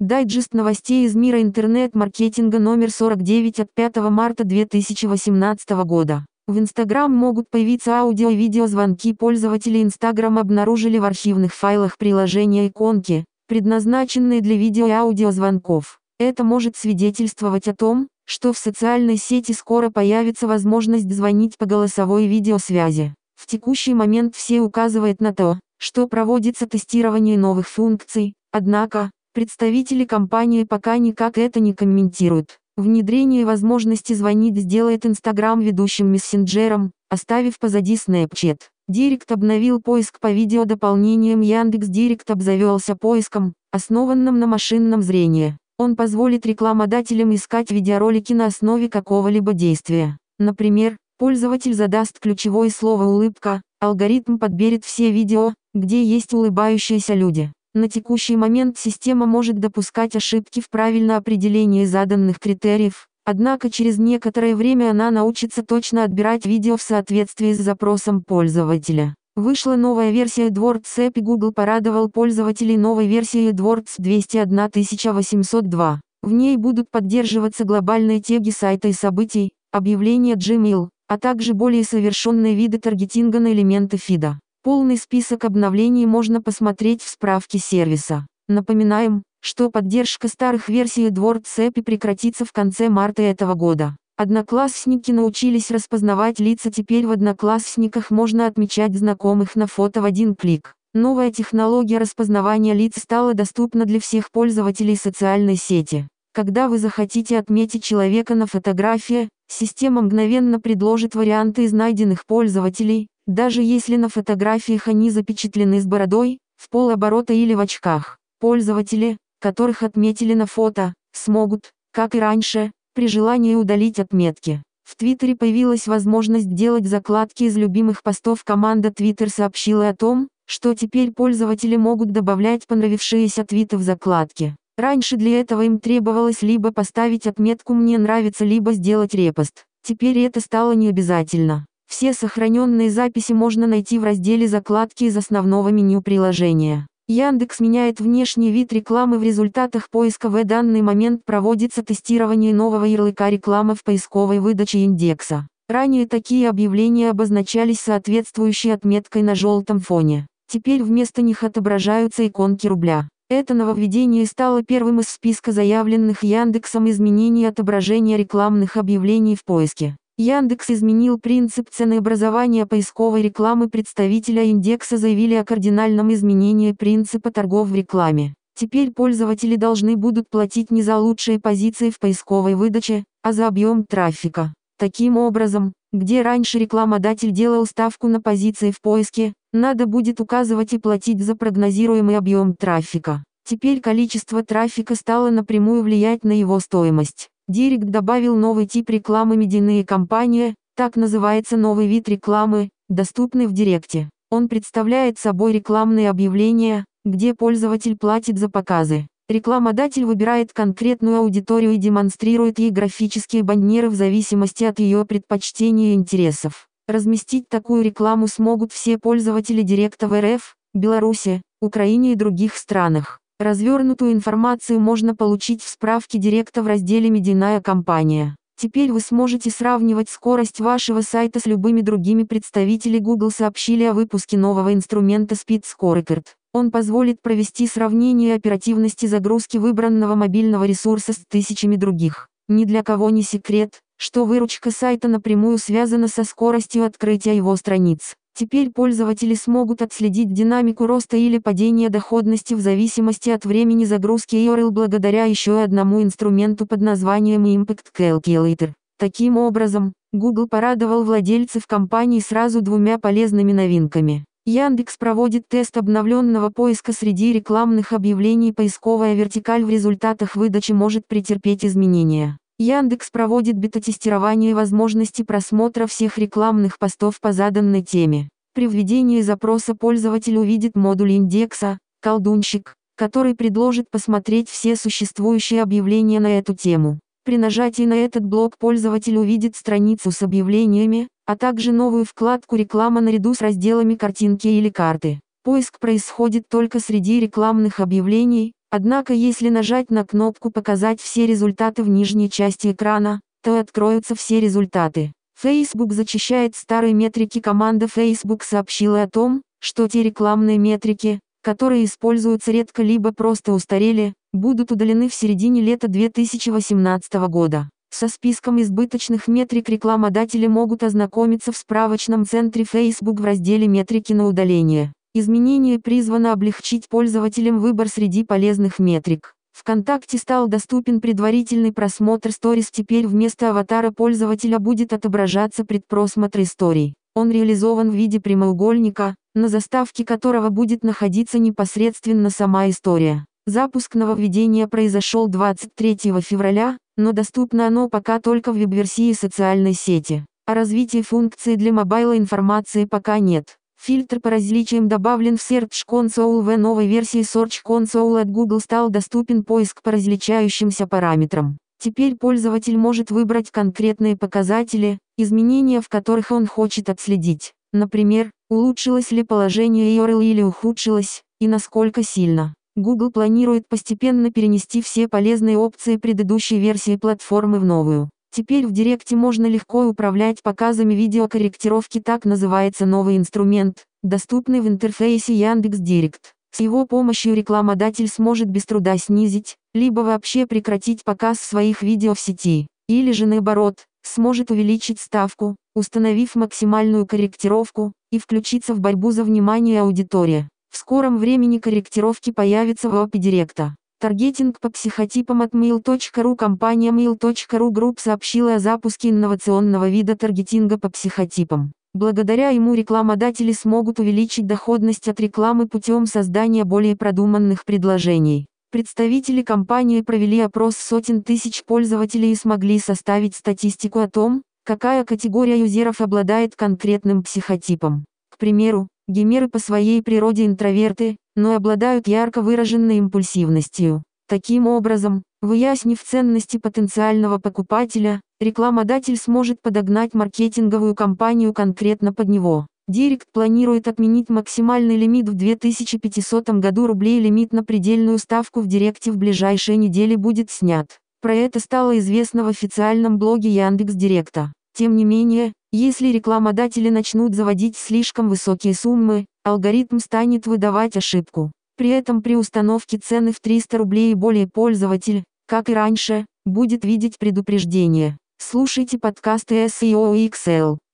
Дайджест новостей из мира интернет-маркетинга номер 49 от 5 марта 2018 года. В Instagram могут появиться аудио- и видеозвонки. Пользователи Instagram обнаружили в архивных файлах приложения иконки, предназначенные для видео- и аудиозвонков. Это может свидетельствовать о том, что в социальной сети скоро появится возможность звонить по голосовой и видеосвязи. В текущий момент все указывает на то, что проводится тестирование новых функций, однако, представители компании пока никак это не комментируют. Внедрение возможности звонить сделает Instagram ведущим мессенджером, оставив позади Snapchat. Директ обновил поиск по видеодополнениям. Яндекс.Директ обзавелся поиском, основанным на машинном зрении. Он позволит рекламодателям искать видеоролики на основе какого-либо действия. Например, пользователь задаст ключевое слово «улыбка», алгоритм подберет все видео, где есть улыбающиеся люди. На текущий момент система может допускать ошибки в правильном определении заданных критериев, однако через некоторое время она научится точно отбирать видео в соответствии с запросом пользователя. Вышла новая версия AdWords App, и Google порадовал пользователей новой версией AdWords 201.802. В ней будут поддерживаться глобальные теги сайта и событий, объявления Gmail, а также более совершенные виды таргетинга на элементы фида. Полный список обновлений можно посмотреть в справке сервиса. Напоминаем, что поддержка старых версий AdWords App прекратится в конце марта этого года. Одноклассники научились распознавать лица. Теперь в Одноклассниках можно отмечать знакомых на фото в один клик. Новая технология распознавания лиц стала доступна для всех пользователей социальной сети. Когда вы захотите отметить человека на фотографии, система мгновенно предложит варианты из найденных пользователей, даже если на фотографиях они запечатлены с бородой, в полоборота или в очках. Пользователи, которых отметили на фото, смогут, как и раньше, при желании удалить отметки. В Твиттере появилась возможность делать закладки из любимых постов. Команда Twitter сообщила о том, что теперь пользователи могут добавлять понравившиеся твиты в закладки. Раньше для этого им требовалось либо поставить отметку «Мне нравится», либо сделать репост. Теперь это стало необязательно. Все сохраненные записи можно найти в разделе «Закладки» из основного меню приложения. Яндекс меняет внешний вид рекламы. В результатах поиска в данный момент проводится тестирование нового ярлыка «Реклама» в поисковой выдаче индекса. Ранее такие объявления обозначались соответствующей отметкой на желтом фоне. Теперь вместо них отображаются иконки рубля. Это нововведение стало первым из списка заявленных Яндексом изменений отображения рекламных объявлений в поиске. Яндекс изменил принцип ценообразования поисковой рекламы. Представители индекса заявили о кардинальном изменении принципа торгов в рекламе. Теперь пользователи должны будут платить не за лучшие позиции в поисковой выдаче, а за объем трафика. Таким образом, где раньше рекламодатель делал ставку на позиции в поиске, надо будет указывать и платить за прогнозируемый объем трафика. Теперь количество трафика стало напрямую влиять на его стоимость. Директ добавил новый тип рекламы «Медийные кампании», так называется новый вид рекламы, доступный в Директе. Он представляет собой рекламные объявления, где пользователь платит за показы. Рекламодатель выбирает конкретную аудиторию и демонстрирует ей графические баннеры в зависимости от ее предпочтений и интересов. Разместить такую рекламу смогут все пользователи Директа в РФ, Беларуси, Украине и других странах. Развернутую информацию можно получить в справке Директа в разделе «Медийная кампания». Теперь вы сможете сравнивать скорость вашего сайта с любыми другими. Представители Google сообщили о выпуске нового инструмента Speed Scorecard. Он позволит провести сравнение оперативности загрузки выбранного мобильного ресурса с тысячами других. Ни для кого не секрет, что выручка сайта напрямую связана со скоростью открытия его страниц. Теперь пользователи смогут отследить динамику роста или падения доходности в зависимости от времени загрузки URL благодаря еще одному инструменту под названием Impact Calculator. Таким образом, Google порадовал владельцев компании сразу двумя полезными новинками. Яндекс проводит тест обновленного поиска среди рекламных объявлений. Поисковая вертикаль в результатах выдачи может претерпеть изменения. Яндекс проводит бета-тестирование возможности просмотра всех рекламных постов по заданной теме. При введении запроса пользователь увидит модуль индекса «Колдунщик», который предложит посмотреть все существующие объявления на эту тему. При нажатии на этот блок пользователь увидит страницу с объявлениями, а также новую вкладку «Реклама» наряду с разделами «Картинки» или «Карты». Поиск происходит только среди рекламных объявлений, Однако если нажать на кнопку «Показать все результаты» в нижней части экрана, то откроются все результаты. Facebook зачищает старые метрики. Команда Facebook сообщила о том, что те рекламные метрики, которые используются редко либо просто устарели, будут удалены в середине лета 2018 года. Со списком избыточных метрик рекламодатели могут ознакомиться в справочном центре Facebook в разделе «Метрики на удаление». Изменение призвано облегчить пользователям выбор среди полезных метрик. ВКонтакте стал доступен предварительный просмотр сторис. Теперь вместо аватара пользователя будет отображаться предпросмотр историй. Он реализован в виде прямоугольника, на заставке которого будет находиться непосредственно сама история. Запуск нововведения произошел 23 февраля, но доступно оно пока только в веб-версии социальной сети. О развитии функции для мобайла информации пока нет. Фильтр по различиям добавлен в Search Console. В новой версии Search Console от Google стал доступен поиск по различающимся параметрам. Теперь пользователь может выбрать конкретные показатели, изменения в которых он хочет отследить. Например, улучшилось ли положение URL или ухудшилось, и насколько сильно. Google планирует постепенно перенести все полезные опции предыдущей версии платформы в новую. Теперь в Директе можно легко управлять показами видеокорректировки. Так называется новый инструмент, доступный в интерфейсе Яндекс.Директ. С его помощью рекламодатель сможет без труда снизить, либо вообще прекратить показ своих видео в сети. Или же наоборот, сможет увеличить ставку, установив максимальную корректировку, и включиться в борьбу за внимание аудитории. В скором времени корректировки появятся в API Директа. Таргетинг по психотипам от Mail.ru. Компания Mail.ru Group сообщила о запуске инновационного вида таргетинга по психотипам. Благодаря ему рекламодатели смогут увеличить доходность от рекламы путем создания более продуманных предложений. Представители компании провели опрос сотен тысяч пользователей и смогли составить статистику о том, какая категория юзеров обладает конкретным психотипом. К примеру, геймеры по своей природе интроверты, но обладают ярко выраженной импульсивностью. Таким образом, выяснив ценности потенциального покупателя, рекламодатель сможет подогнать маркетинговую кампанию конкретно под него. Директ планирует отменить максимальный лимит в 2500 году рублей. Лимит на предельную ставку в Директе в ближайшие недели будет снят. Про это стало известно в официальном блоге Яндекс.Директа. Тем не менее, если рекламодатели начнут заводить слишком высокие суммы, алгоритм станет выдавать ошибку. При этом при установке цены в 300 рублей и более пользователь, как и раньше, будет видеть предупреждение. Слушайте подкасты SEO XL.